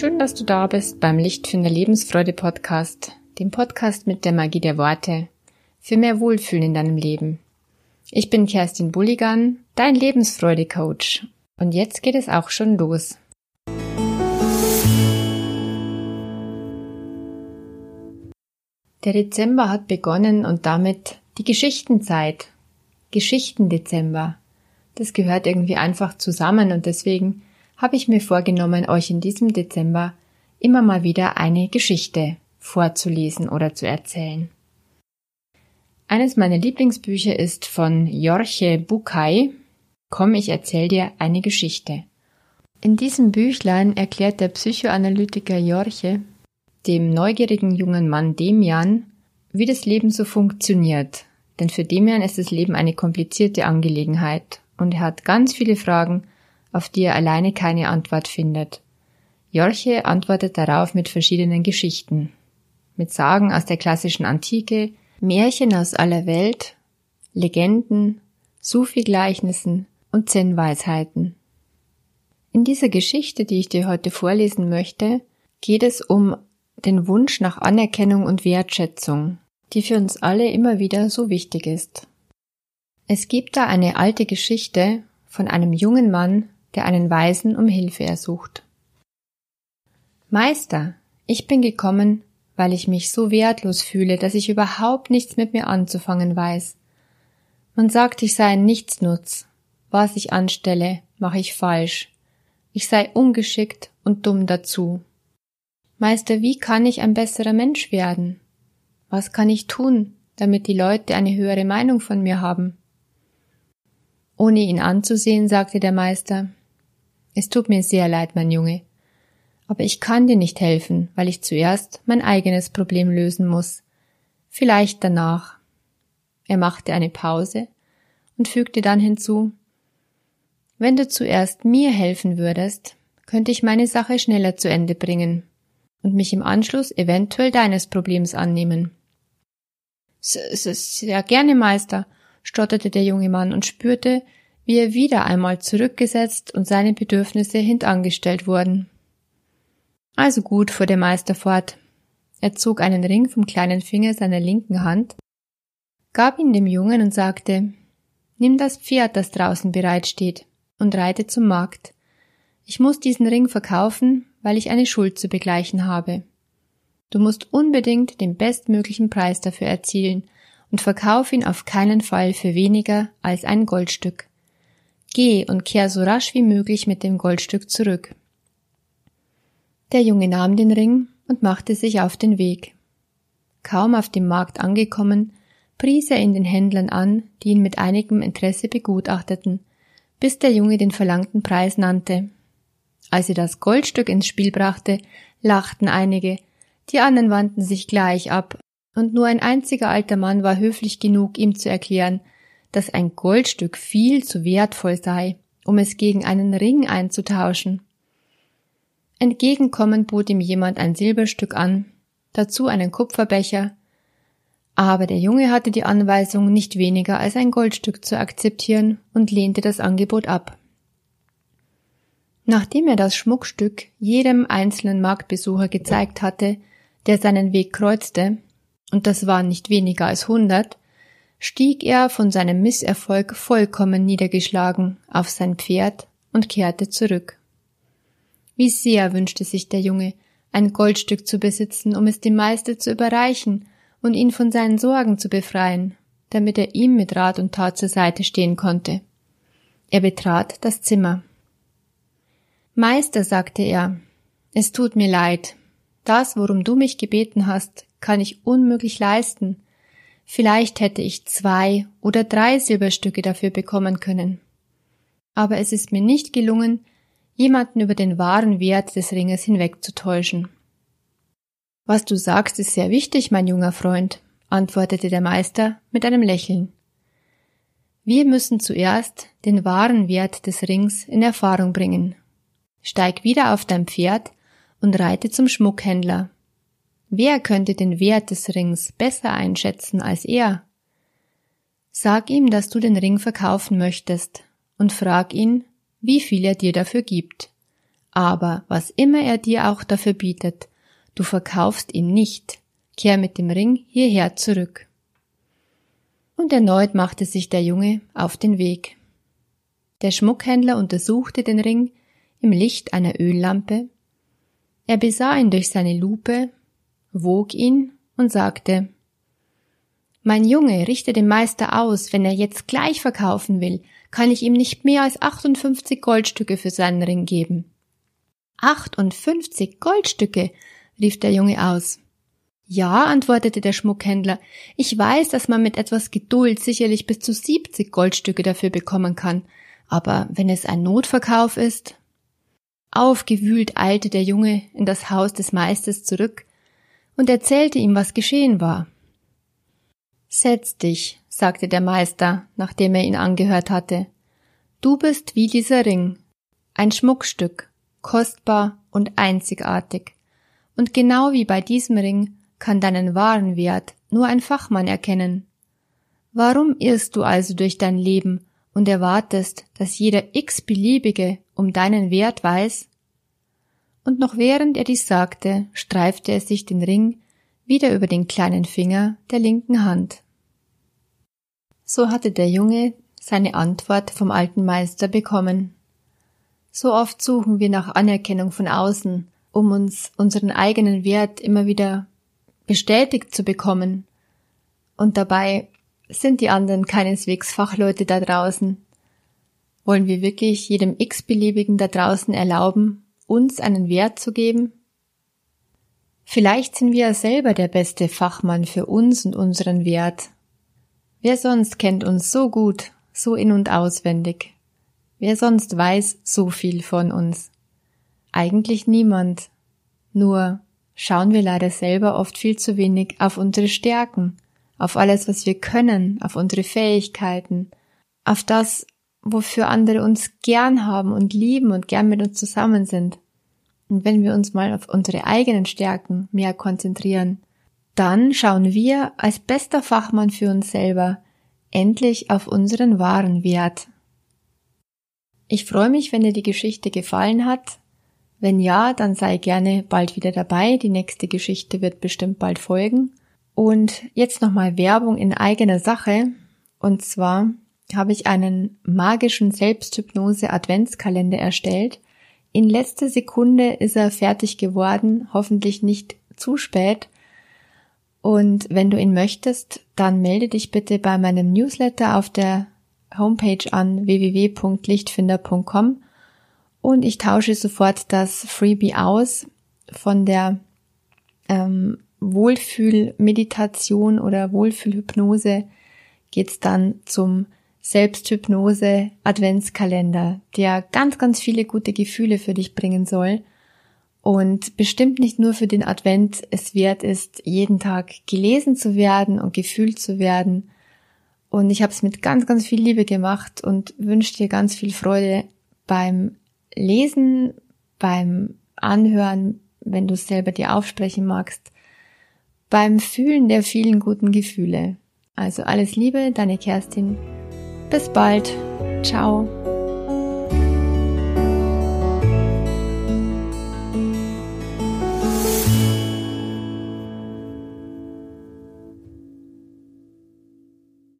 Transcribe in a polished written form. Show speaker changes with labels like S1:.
S1: Schön, dass du da bist beim Lichtfinder Lebensfreude Podcast, dem Podcast mit der Magie der Worte, für mehr Wohlfühlen in deinem Leben. Ich bin Kerstin Bulligan, dein Lebensfreude-Coach. Und jetzt geht es auch schon los. Der Dezember hat begonnen und damit die Geschichtenzeit. Geschichtendezember. Das gehört irgendwie einfach zusammen und deswegen habe ich mir vorgenommen, euch in diesem Dezember immer mal wieder eine Geschichte vorzulesen oder zu erzählen. Eines meiner Lieblingsbücher ist von Jorge Bucay. Komm, ich erzähl dir eine Geschichte. In diesem Büchlein erklärt der Psychoanalytiker Jorge dem neugierigen jungen Mann Demian, wie das Leben so funktioniert. Denn für Demian ist das Leben eine komplizierte Angelegenheit und er hat ganz viele Fragen, auf die er alleine keine Antwort findet. Jorge antwortet darauf mit verschiedenen Geschichten. Mit Sagen aus der klassischen Antike, Märchen aus aller Welt, Legenden, Sufi-Gleichnissen und Zen-Weisheiten. In dieser Geschichte, die ich dir heute vorlesen möchte, geht es um den Wunsch nach Anerkennung und Wertschätzung, die für uns alle immer wieder so wichtig ist. Es gibt da eine alte Geschichte von einem jungen Mann, der einen Weisen um Hilfe ersucht. Meister, ich bin gekommen, weil ich mich so wertlos fühle, dass ich überhaupt nichts mit mir anzufangen weiß. Man sagt, ich sei ein Nichtsnutz. Was ich anstelle, mache ich falsch. Ich sei ungeschickt und dumm dazu. Meister, wie kann ich ein besserer Mensch werden? Was kann ich tun, damit die Leute eine höhere Meinung von mir haben? Ohne ihn anzusehen, sagte der Meister, es tut mir sehr leid, mein Junge, aber ich kann dir nicht helfen, weil ich zuerst mein eigenes Problem lösen muss. Vielleicht danach. Er machte eine Pause und fügte dann hinzu, wenn du zuerst mir helfen würdest, könnte ich meine Sache schneller zu Ende bringen und mich im Anschluss eventuell deines Problems annehmen. Sehr gerne, Meister, stotterte der junge Mann und spürte, wie er wieder einmal zurückgesetzt und seine Bedürfnisse hintangestellt wurden. Also gut, fuhr der Meister fort. Er zog einen Ring vom kleinen Finger seiner linken Hand, gab ihn dem Jungen und sagte, nimm das Pferd, das draußen bereitsteht, und reite zum Markt. Ich muss diesen Ring verkaufen, weil ich eine Schuld zu begleichen habe. Du musst unbedingt den bestmöglichen Preis dafür erzielen und verkauf ihn auf keinen Fall für weniger als ein Goldstück. Geh und kehr so rasch wie möglich mit dem Goldstück zurück. Der Junge nahm den Ring und machte sich auf den Weg. Kaum auf dem Markt angekommen, pries er ihn den Händlern an, die ihn mit einigem Interesse begutachteten, bis der Junge den verlangten Preis nannte. Als er das Goldstück ins Spiel brachte, lachten einige, die anderen wandten sich gleich ab, und nur ein einziger alter Mann war höflich genug, ihm zu erklären, dass ein Goldstück viel zu wertvoll sei, um es gegen einen Ring einzutauschen. Entgegenkommend bot ihm jemand ein Silberstück an, dazu einen Kupferbecher, aber der Junge hatte die Anweisung, nicht weniger als ein Goldstück zu akzeptieren und lehnte das Angebot ab. Nachdem er das Schmuckstück jedem einzelnen Marktbesucher gezeigt hatte, der seinen Weg kreuzte, und das waren nicht weniger als 100, stieg er von seinem Misserfolg vollkommen niedergeschlagen auf sein Pferd und kehrte zurück. Wie sehr wünschte sich der Junge, ein Goldstück zu besitzen, um es dem Meister zu überreichen und ihn von seinen Sorgen zu befreien, damit er ihm mit Rat und Tat zur Seite stehen konnte. Er betrat das Zimmer. »Meister«, sagte er, »es tut mir leid. Das, worum du mich gebeten hast, kann ich unmöglich leisten. Vielleicht hätte ich 2 oder 3 Silberstücke dafür bekommen können. Aber es ist mir nicht gelungen, jemanden über den wahren Wert des Ringes hinwegzutäuschen.« »Was du sagst, ist sehr wichtig, mein junger Freund«, antwortete der Meister mit einem Lächeln. »Wir müssen zuerst den wahren Wert des Rings in Erfahrung bringen. Steig wieder auf dein Pferd und reite zum Schmuckhändler. Wer könnte den Wert des Rings besser einschätzen als er? Sag ihm, dass du den Ring verkaufen möchtest und frag ihn, wie viel er dir dafür gibt. Aber was immer er dir auch dafür bietet, du verkaufst ihn nicht. Kehr mit dem Ring hierher zurück. Und erneut machte sich der Junge auf den Weg. Der Schmuckhändler untersuchte den Ring im Licht einer Öllampe. Er besah ihn durch seine Lupe, wog ihn und sagte: »Mein Junge, richte dem Meister aus, wenn er jetzt gleich verkaufen will, kann ich ihm nicht mehr als 58 Goldstücke für seinen Ring geben.« 58 Goldstücke, rief der Junge aus. »Ja«, antwortete der Schmuckhändler, »ich weiß, dass man mit etwas Geduld sicherlich bis zu 70 Goldstücke dafür bekommen kann, aber wenn es ein Notverkauf ist...« Aufgewühlt eilte der Junge in das Haus des Meisters zurück und erzählte ihm, was geschehen war. »Setz dich«, sagte der Meister, nachdem er ihn angehört hatte. »Du bist wie dieser Ring, ein Schmuckstück, kostbar und einzigartig. Und genau wie bei diesem Ring kann deinen wahren Wert nur ein Fachmann erkennen. Warum irrst du also durch dein Leben und erwartest, dass jeder x-beliebige um deinen Wert weiß?« Und noch während er dies sagte, streifte er sich den Ring wieder über den kleinen Finger der linken Hand. So hatte der Junge seine Antwort vom alten Meister bekommen. So oft suchen wir nach Anerkennung von außen, um uns unseren eigenen Wert immer wieder bestätigt zu bekommen. Und dabei sind die anderen keineswegs Fachleute da draußen. Wollen wir wirklich jedem x-beliebigen da draußen erlauben, uns einen Wert zu geben? Vielleicht sind wir ja selber der beste Fachmann für uns und unseren Wert. Wer sonst kennt uns so gut, so in- und auswendig? Wer sonst weiß so viel von uns? Eigentlich niemand. Nur schauen wir leider selber oft viel zu wenig auf unsere Stärken, auf alles, was wir können, auf unsere Fähigkeiten, auf das, wofür andere uns gern haben und lieben und gern mit uns zusammen sind. Und wenn wir uns mal auf unsere eigenen Stärken mehr konzentrieren, dann schauen wir als bester Fachmann für uns selber endlich auf unseren wahren Wert. Ich freue mich, wenn dir die Geschichte gefallen hat. Wenn ja, dann sei gerne bald wieder dabei. Die nächste Geschichte wird bestimmt bald folgen. Und jetzt nochmal Werbung in eigener Sache. Und zwar habe ich einen magischen Selbsthypnose-Adventskalender erstellt. In letzter Sekunde ist er fertig geworden, hoffentlich nicht zu spät. Und wenn du ihn möchtest, dann melde dich bitte bei meinem Newsletter auf der Homepage an www.lichtfinder.com und ich tausche sofort das Freebie aus von der Wohlfühlmeditation oder Wohlfühlhypnose geht's dann zum Selbsthypnose Adventskalender, der ganz, ganz viele gute Gefühle für dich bringen soll und bestimmt nicht nur für den Advent es wert ist, jeden Tag gelesen zu werden und gefühlt zu werden. Und ich habe es mit ganz, ganz viel Liebe gemacht und wünsche dir ganz viel Freude beim Lesen, beim Anhören, wenn du es selber dir aufsprechen magst, beim Fühlen der vielen guten Gefühle. Also alles Liebe, deine Kerstin. Bis bald. Ciao.